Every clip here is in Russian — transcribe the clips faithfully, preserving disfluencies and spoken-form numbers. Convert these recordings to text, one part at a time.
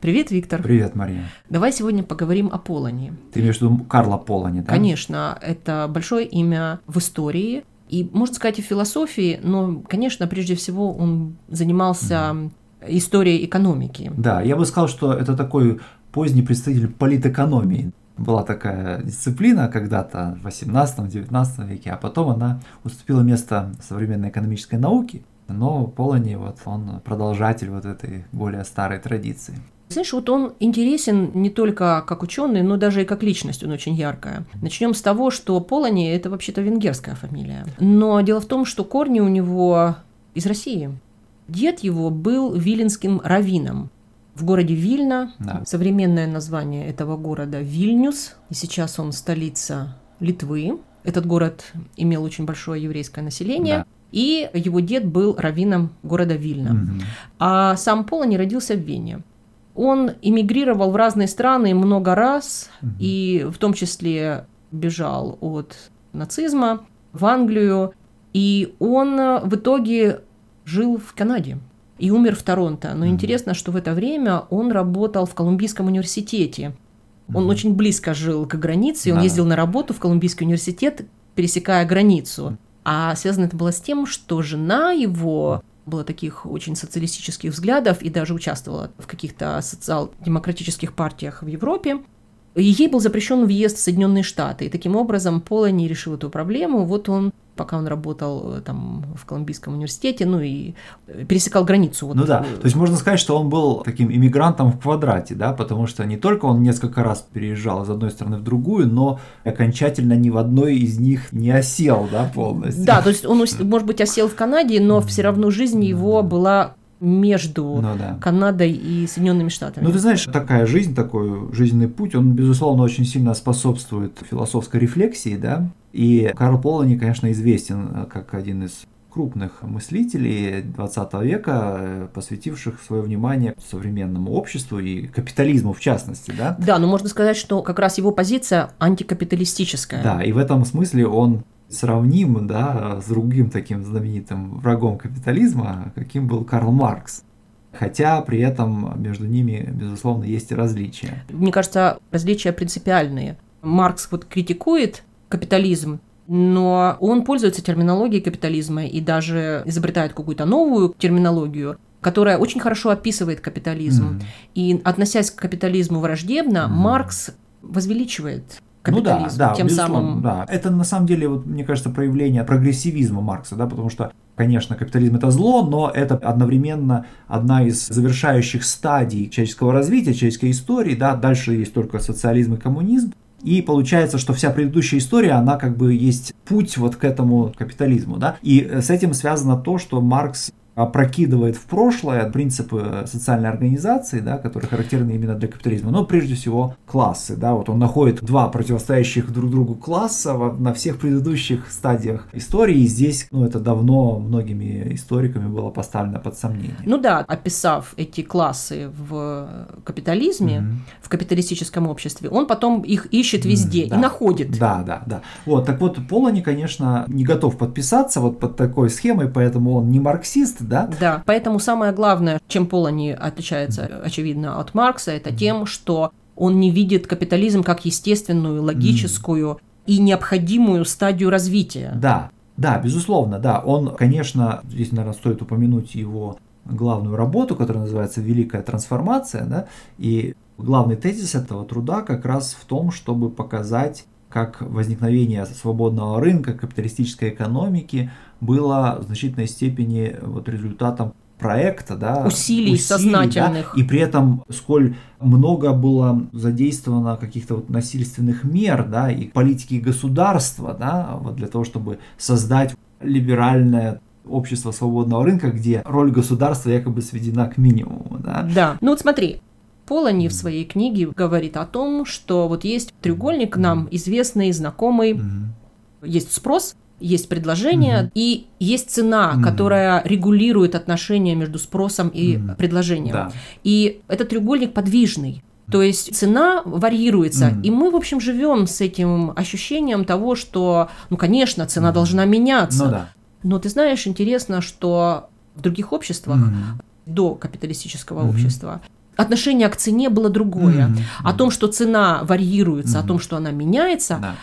Привет, Виктор. Привет, Мария. Давай сегодня поговорим о Полони. Ты имеешь в виду Карла Полони, да? Конечно, это большое имя в истории и, можно сказать, и в философии, но, конечно, прежде всего он занимался mm. историей экономики. Да, я бы сказал, что это такой поздний представитель политэкономии. Была такая дисциплина когда-то в восемнадцатом-девятнадцатом веке, а потом она уступила место современной экономической науке. Но Полони, вот, он продолжатель вот этой более старой традиции. Знаешь, вот он интересен не только как ученый, но даже и как личность, он очень яркая. Начнем с того, что Полони – это вообще-то венгерская фамилия. Но дело в том, что корни у него из России. Дед его был виленским раввином в городе Вильна. Да. Современное название этого города – Вильнюс. И сейчас он столица Литвы. Этот город имел очень большое еврейское население. Да. И его дед был раввином города Вильна. Угу. А сам Полони родился в Вене. Он эмигрировал в разные страны много раз, угу. и в том числе бежал от нацизма в Англию. И он в итоге жил в Канаде и умер в Торонто. Но угу. интересно, что в это время он работал в Колумбийском университете. Он угу. очень близко жил к границе, и он да. ездил на работу в Колумбийский университет, пересекая границу. А связано это было с тем, что жена его была таких очень социалистических взглядов и даже участвовала в каких-то социал-демократических партиях в Европе. И ей был запрещен въезд в Соединенные Штаты. И таким образом Полони решил эту проблему. Вот он, пока он работал там в Колумбийском университете, ну и пересекал границу. Вот. Ну да, то есть можно сказать, что он был таким иммигрантом в квадрате, да, потому что не только он несколько раз переезжал из одной страны в другую, но окончательно ни в одной из них не осел, да, полностью. Да, то есть он, может быть, осел в Канаде, но все равно жизнь его была между ну, да. Канадой и Соединенными Штатами. Ну, ты знаешь, такая жизнь, такой жизненный путь, он, безусловно, очень сильно способствует философской рефлексии, да, и Карл Полони, конечно, известен как один из крупных мыслителей двадцатого века, посвятивших свое внимание современному обществу и капитализму в частности, да. Да, но можно сказать, что как раз его позиция антикапиталистическая. Да, и в этом смысле он сравним, да, с другим таким знаменитым врагом капитализма, каким был Карл Маркс. Хотя при этом между ними, безусловно, есть и различия. Мне кажется, различия принципиальные. Маркс вот критикует капитализм, но он пользуется терминологией капитализма и даже изобретает какую-то новую терминологию, которая очень хорошо описывает капитализм. Mm. И, относясь к капитализму враждебно, mm. Маркс возвеличивает капитализм, ну да, да, тем самым. Да. Это на самом деле, вот, мне кажется, проявление прогрессивизма Маркса, да, потому что, конечно, капитализм это зло, но это одновременно одна из завершающих стадий человеческого развития, человеческой истории, да, дальше есть только социализм и коммунизм, и получается, что вся предыдущая история, она как бы есть путь вот к этому капитализму, да, и с этим связано то, что Маркс опрокидывает в прошлое принципы социальной организации, да, которые характерны именно для капитализма, но прежде всего классы. Да, вот он находит два противостоящих друг другу класса на всех предыдущих стадиях истории, и здесь ну, это давно многими историками было поставлено под сомнение. Ну да, описав эти классы в капитализме, mm-hmm. в капиталистическом обществе, он потом их ищет везде mm-hmm, да. и находит. Да, да, да. Вот, так вот, Полони, конечно, не готов подписаться вот под такой схемой, поэтому он не марксист. Да? Да, поэтому самое главное, чем Полони отличается, очевидно, от Маркса, это mm-hmm. тем, что он не видит капитализм как естественную, логическую mm-hmm. и необходимую стадию развития. Да, да, безусловно, да. Он, конечно, здесь, наверное, стоит упомянуть его главную работу, которая называется «Великая трансформация», да? И главный тезис этого труда как раз в том, чтобы показать, как возникновение свободного рынка, капиталистической экономики было в значительной степени вот результатом проекта, да, усилий, усилий сознательных. Да, и при этом сколь много было задействовано каких-то вот насильственных мер, да, и политики государства, да, вот для того, чтобы создать либеральное общество свободного рынка, где роль государства якобы сведена к минимуму. Да, да. Ну вот смотри. Полони в своей книге говорит о том, что вот есть треугольник нам известный, знакомый, mm-hmm. есть спрос, есть предложение mm-hmm. и есть цена, mm-hmm. которая регулирует отношения между спросом и mm-hmm. предложением. Да. И этот треугольник подвижный. То есть цена варьируется, mm-hmm. и мы, в общем, живем с этим ощущением того, что, ну, конечно, цена mm-hmm. должна меняться. Ну, да. Но ты знаешь, интересно, что в других обществах, mm-hmm. до капиталистического mm-hmm. общества, отношение к цене было другое. Mm-hmm. О том, что цена варьируется, mm-hmm. о том, что она меняется, да.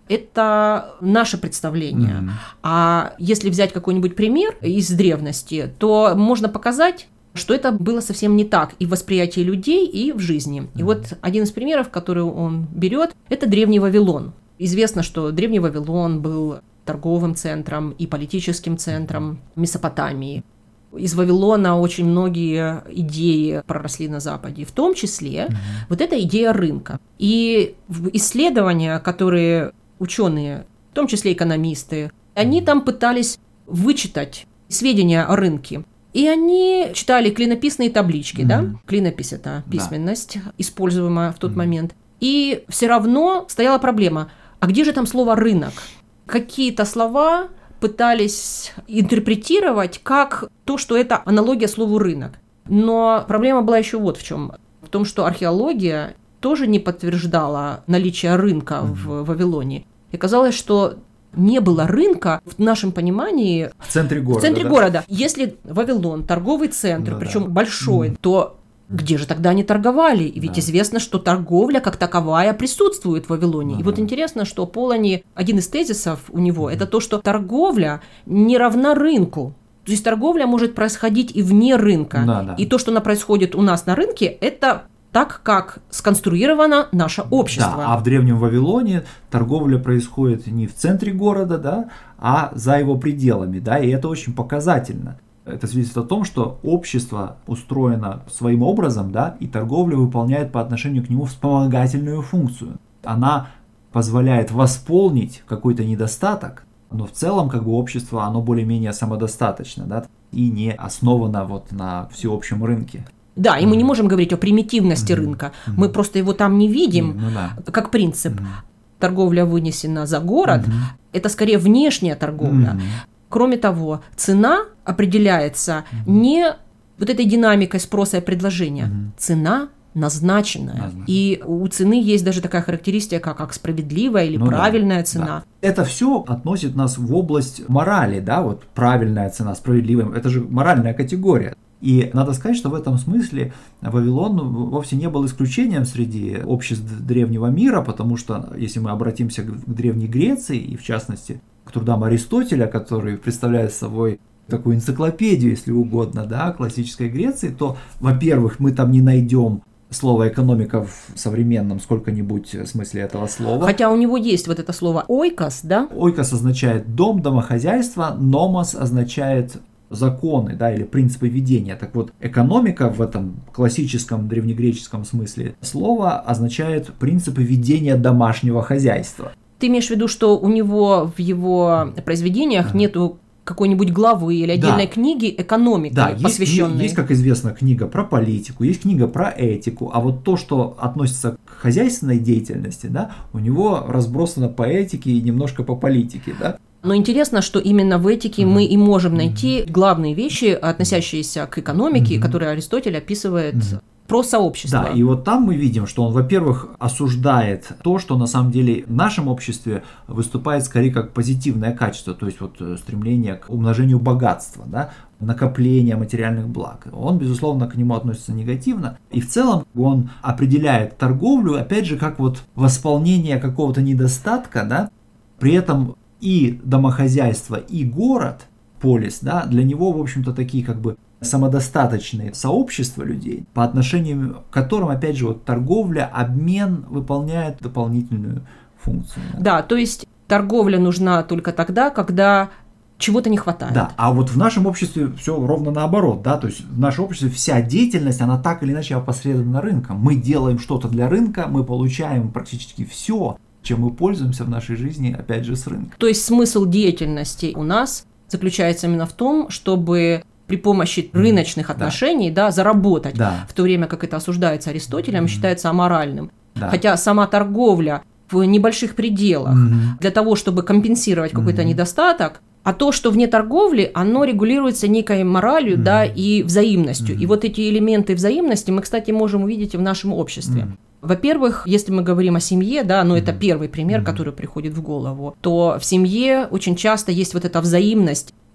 это наше представление. Mm-hmm. А если взять какой-нибудь пример из древности, то можно показать, что это было совсем не так и в восприятии людей, и в жизни. Mm-hmm. И вот один из примеров, который он берет, это Древний Вавилон. Известно, что Древний Вавилон был торговым центром и политическим центром Месопотамии. Из Вавилона очень многие идеи проросли на Западе, в том числе mm-hmm. вот эта идея рынка. И исследования, которые ученые, в том числе экономисты, они там пытались вычитать сведения о рынке. И они читали клинописные таблички, mm-hmm. да? Клинопись – это письменность, да. используемая в тот mm-hmm. момент. И все равно стояла проблема, а где же там слово «рынок»? Какие-то слова пытались интерпретировать как то, что это аналогия слову «рынок». Но проблема была еще вот в чем. В том, что археология тоже не подтверждала наличие рынка mm-hmm. в Вавилоне. И казалось, что не было рынка в нашем понимании в центре города. В центре да? города. Если Вавилон торговый центр, ну, причем да. большой, mm. то где же тогда они торговали? И ведь да. известно, что торговля как таковая присутствует в Вавилоне. Mm-hmm. И вот интересно, что Полоний, один из тезисов у него, mm-hmm. это то, что торговля не равна рынку. То есть торговля может происходить и вне рынка. Да, да. И то, что она происходит у нас на рынке, это так, как сконструировано наше общество. Да, а в Древнем Вавилоне торговля происходит не в центре города, да, а за его пределами, да, и это очень показательно. Это свидетельствует о том, что общество устроено своим образом, да, и торговля выполняет по отношению к нему вспомогательную функцию. Она позволяет восполнить какой-то недостаток, но в целом как бы общество, оно более-менее самодостаточно, да, и не основано вот на всеобщем рынке. Да, и мы не можем говорить о примитивности mm-hmm. рынка, mm-hmm. мы просто его там не видим, mm-hmm. ну, да. как принцип. Mm-hmm. Торговля вынесена за город, mm-hmm. это скорее внешняя торговля. Mm-hmm. Кроме того, цена определяется mm-hmm. не вот этой динамикой спроса и предложения, mm-hmm. цена назначенная. Назначенная. И у цены есть даже такая характеристика, как справедливая или ну, правильная да, цена. Да. Это все относит нас в область морали, да, вот правильная цена, справедливая, это же моральная категория. И надо сказать, что в этом смысле Вавилон вовсе не был исключением среди обществ древнего мира, потому что, если мы обратимся к Древней Греции, и в частности к трудам Аристотеля, который представляет собой такую энциклопедию, если угодно, да, классической Греции, то, во-первых, мы там не найдем слово «экономика» в современном сколько-нибудь смысле этого слова. Хотя у него есть вот это слово «ойкос», да? «Ойкос» означает «дом», «домохозяйство», «номос» означает законы, да, или принципы ведения. Так вот, экономика в этом классическом древнегреческом смысле слова означает принципы ведения домашнего хозяйства. Ты имеешь в виду, что у него в его произведениях ага. нету какой-нибудь главы или отдельной да. книги экономики, да, посвященной? Есть, есть, как известно, книга про политику, есть книга про этику, а вот то, что относится к хозяйственной деятельности, да, у него разбросано по этике и немножко по политике, да. Но интересно, что именно в этике mm-hmm. мы и можем найти главные вещи, относящиеся к экономике, mm-hmm. которые Аристотель описывает mm-hmm. про сообщество. Да, и вот там мы видим, что он, во-первых, осуждает то, что на самом деле в нашем обществе выступает скорее как позитивное качество, то есть вот стремление к умножению богатства, да, накопление материальных благ. Он, безусловно, к нему относится негативно. И в целом он определяет торговлю, опять же, как вот восполнение какого-то недостатка, да, при этом и домохозяйство, и город, полис, да, для него, в общем-то, такие как бы самодостаточные сообщества людей, по отношению к которым, опять же, вот торговля, обмен выполняет дополнительную функцию. Да, да, то есть торговля нужна только тогда, когда чего-то не хватает. Да, а вот в нашем обществе все ровно наоборот, да, то есть в нашем обществе вся деятельность, она так или иначе опосредована рынком. Мы делаем что-то для рынка, мы получаем практически все, чем мы пользуемся в нашей жизни, опять же, с рынка. То есть смысл деятельности у нас заключается именно в том, чтобы при помощи рыночных отношений да. Да, заработать, да. в то время как это осуждается Аристотелем, mm-hmm. считается аморальным. Да. Хотя сама торговля в небольших пределах mm-hmm. для того, чтобы компенсировать mm-hmm. какой-то недостаток, а то, что вне торговли, оно регулируется некой моралью mm-hmm. да, и взаимностью. Mm-hmm. И вот эти элементы взаимности мы, кстати, можем увидеть и в нашем обществе. Mm-hmm. Во-первых, если мы говорим о семье, да, ну это mm-hmm. первый пример, mm-hmm. который приходит в голову, то в семье очень часто есть вот эта взаимность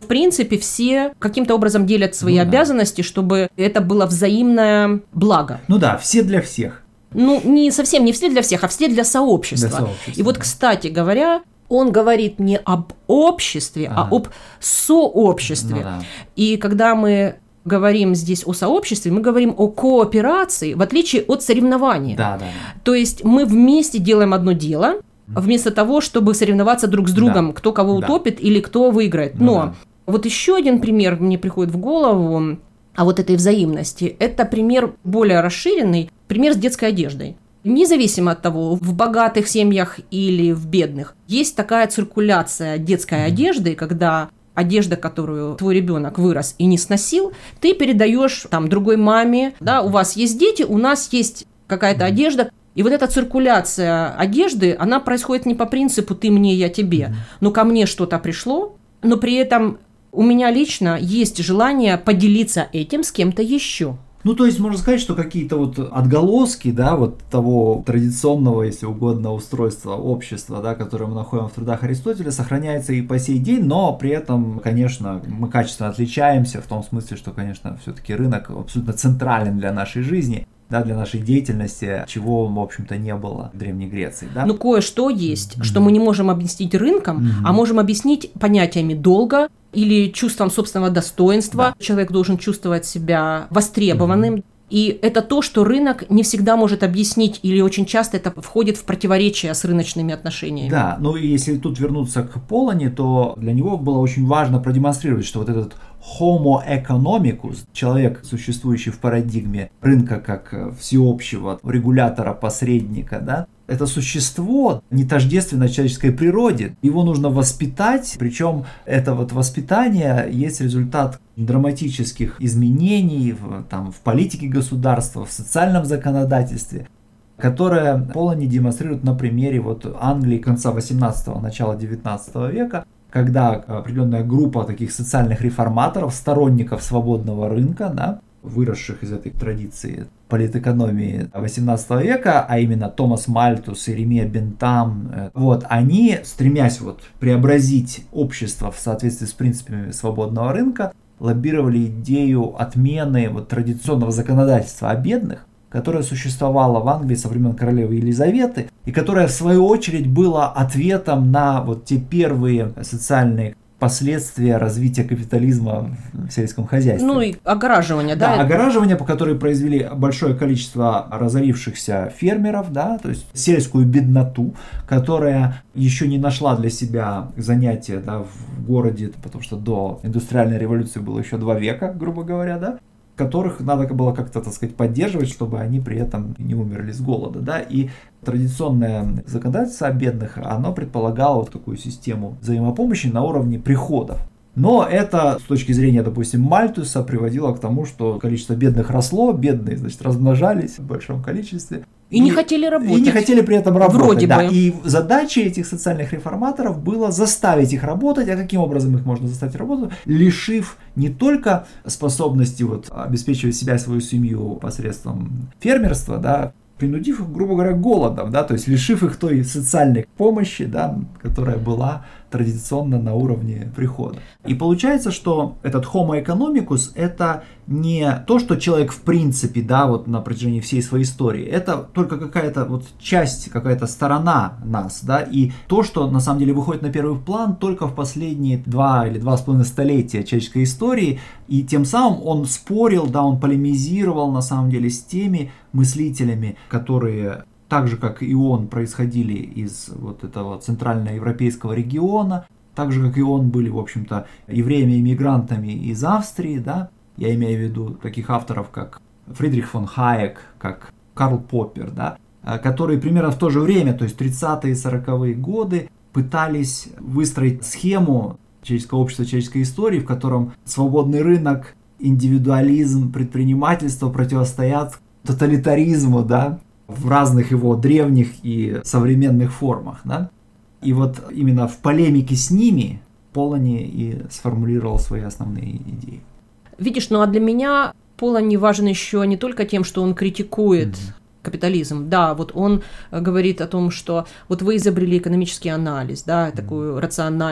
В принципе, все каким-то образом делят свои ну, обязанности, да. чтобы это было взаимное благо. Ну да, все для всех. Ну, не совсем не все для всех, а все для сообщества. Для сообщества И вот, да. кстати говоря, он говорит не об обществе, ага. а об сообществе. Ну, да. И когда мы говорим здесь о сообществе, мы говорим о кооперации, в отличие от соревнования. Да, да. То есть мы вместе делаем одно дело, вместо того, чтобы соревноваться друг с другом, да. кто кого утопит да. или кто выиграет. Ну, Но да. вот еще один пример мне приходит в голову о вот этой взаимности. Это пример более расширенный, пример с детской одеждой. Независимо от того, в богатых семьях или в бедных, есть такая циркуляция детской mm-hmm. одежды, когда одежда, которую твой ребенок вырос и не сносил, ты передаешь там другой маме, да, у вас есть дети, у нас есть какая-то mm-hmm. одежда. И вот эта циркуляция одежды, она происходит не по принципу «ты мне, я тебе», mm-hmm. но ко мне что-то пришло, но при этом у меня лично есть желание поделиться этим с кем-то еще. Ну, то есть, можно сказать, что какие-то вот отголоски, да, вот того традиционного, если угодно, устройства общества, да, которое мы находим в трудах Аристотеля, сохраняется и по сей день, но при этом, конечно, мы качественно отличаемся в том смысле, что, конечно, все-таки рынок абсолютно централен для нашей жизни, да, для нашей деятельности, чего, в общем-то, не было в Древней Греции. Да? Ну, кое-что есть, mm-hmm. что мы не можем объяснить рынком, mm-hmm. а можем объяснить понятиями долга или чувством собственного достоинства. Да. Человек должен чувствовать себя востребованным. Mm-hmm. И это то, что рынок не всегда может объяснить, или очень часто это входит в противоречие с рыночными отношениями. Да, ну и если тут вернуться к Полони, то для него было очень важно продемонстрировать, что вот этот homo economicus, человек, существующий в парадигме рынка как всеобщего регулятора, посредника, да, это существо не тождественно человеческой природе. Его нужно воспитать, причем это вот воспитание есть результат драматических изменений в, там, в политике государства, в социальном законодательстве, которое Полони демонстрирует на примере вот Англии конца восемнадцатого, начала девятнадцатого века, когда определенная группа таких социальных реформаторов, сторонников свободного рынка, да, выросших из этой традиции политэкономии восемнадцатого века, а именно Томас Мальтус, Иеремия Бентам, вот, они, стремясь вот преобразить общество в соответствии с принципами свободного рынка, лоббировали идею отмены вот традиционного законодательства о бедных, которое существовало в Англии со времен королевы Елизаветы, и которое, в свою очередь, было ответом на вот те первые социальные последствия развития капитализма в сельском хозяйстве. Ну и огораживание, да? Да, огораживание, по которой произвели большое количество разорившихся фермеров, да, то есть сельскую бедноту, которая еще не нашла для себя занятия, да, в городе, потому что до индустриальной революции было еще два века, грубо говоря, да, которых надо было как-то, так сказать, поддерживать, чтобы они при этом не умерли с голода, да, и традиционное законодательство о бедных, оно предполагало вот такую систему взаимопомощи на уровне приходов. Но это, с точки зрения, допустим, Мальтуса, приводило к тому, что количество бедных росло, бедные, значит, размножались в большом количестве. И, и не хотели работать. И не хотели при этом работать. Вроде да. бы. И задачей этих социальных реформаторов было заставить их работать. А каким образом их можно заставить работать? Лишив не только способности вот, обеспечивать себя и свою семью посредством фермерства, да, принудив их, грубо говоря, голодом, да, то есть лишив их той социальной помощи, да, которая была традиционно на уровне прихода. И получается, что этот homo economicus это не то, что человек в принципе, да, вот на протяжении всей своей истории, это только какая-то вот часть, какая-то сторона нас, да, и то, что на самом деле выходит на первый план только в последние два или два с половиной столетия человеческой истории, и тем самым он спорил, да, он полемизировал на самом деле с теми мыслителями, которые так же, как и он, происходили из вот этого центральноевропейского региона, так же, как и он, были, в общем-то, евреями-иммигрантами из Австрии, да, я имею в виду таких авторов, как Фридрих фон Хайек, как Карл Поппер, да, которые примерно в то же время, то есть тридцатые и сороковые годы, пытались выстроить схему человеческого общества, человеческой истории, в котором свободный рынок, индивидуализм, предпринимательство противостоят тоталитаризму, да, в разных его древних и современных формах, да? И вот именно в полемике с ними Полони и сформулировал свои основные идеи. Видишь, ну а для меня Полони важен еще не только тем, что он критикует mm-hmm. капитализм, да, вот он говорит о том, что вот вы изобрели экономический анализ, да, mm-hmm. такую рациональность,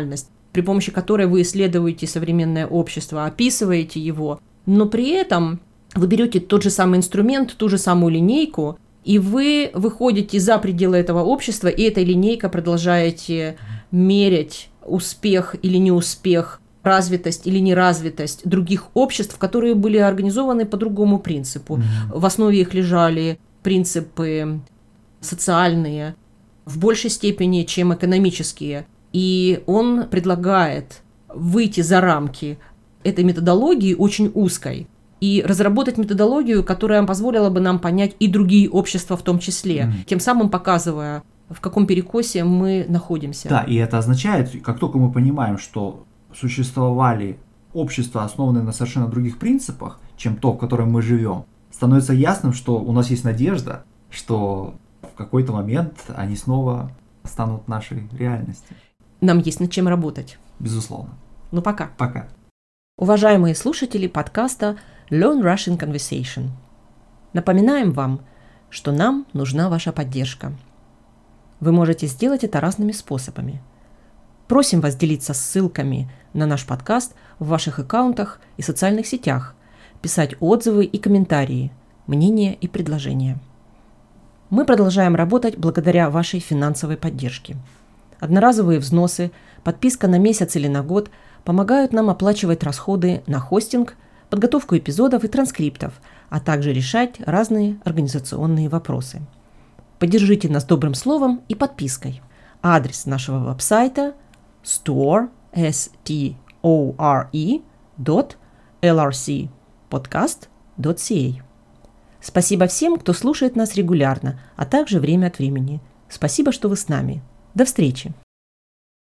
при помощи которой вы исследуете современное общество, описываете его, но при этом вы берете тот же самый инструмент, ту же самую линейку, и вы выходите за пределы этого общества, и этой линейкой продолжаете мерять успех или неуспех, развитость или неразвитость других обществ, которые были организованы по другому принципу. Mm-hmm. В основе их лежали принципы социальные в большей степени, чем экономические. И он предлагает выйти за рамки этой методологии очень узкой и разработать методологию, которая позволила бы нам понять и другие общества в том числе, mm-hmm. тем самым показывая, в каком перекосе мы находимся. Да, и это означает, как только мы понимаем, что существовали общества, основанные на совершенно других принципах, чем то, в котором мы живем, становится ясным, что у нас есть надежда, что в какой-то момент они снова станут нашей реальностью. Нам есть над чем работать. Безусловно. Ну, пока. Пока. Уважаемые слушатели подкаста Learn Russian Conversation. Напоминаем вам, что нам нужна ваша поддержка. Вы можете сделать это разными способами. Просим вас делиться ссылками на наш подкаст в ваших аккаунтах и социальных сетях, писать отзывы и комментарии, мнения и предложения. Мы продолжаем работать благодаря вашей финансовой поддержке. Одноразовые взносы, подписка на месяц или на год помогают нам оплачивать расходы на хостинг, подготовку эпизодов и транскриптов, а также решать разные организационные вопросы. Поддержите нас добрым словом и подпиской. Адрес нашего веб-сайта store, s t o r e, dot l r c podcast dot c a. Спасибо всем, кто слушает нас регулярно, а также время от времени. Спасибо, что вы с нами. До встречи!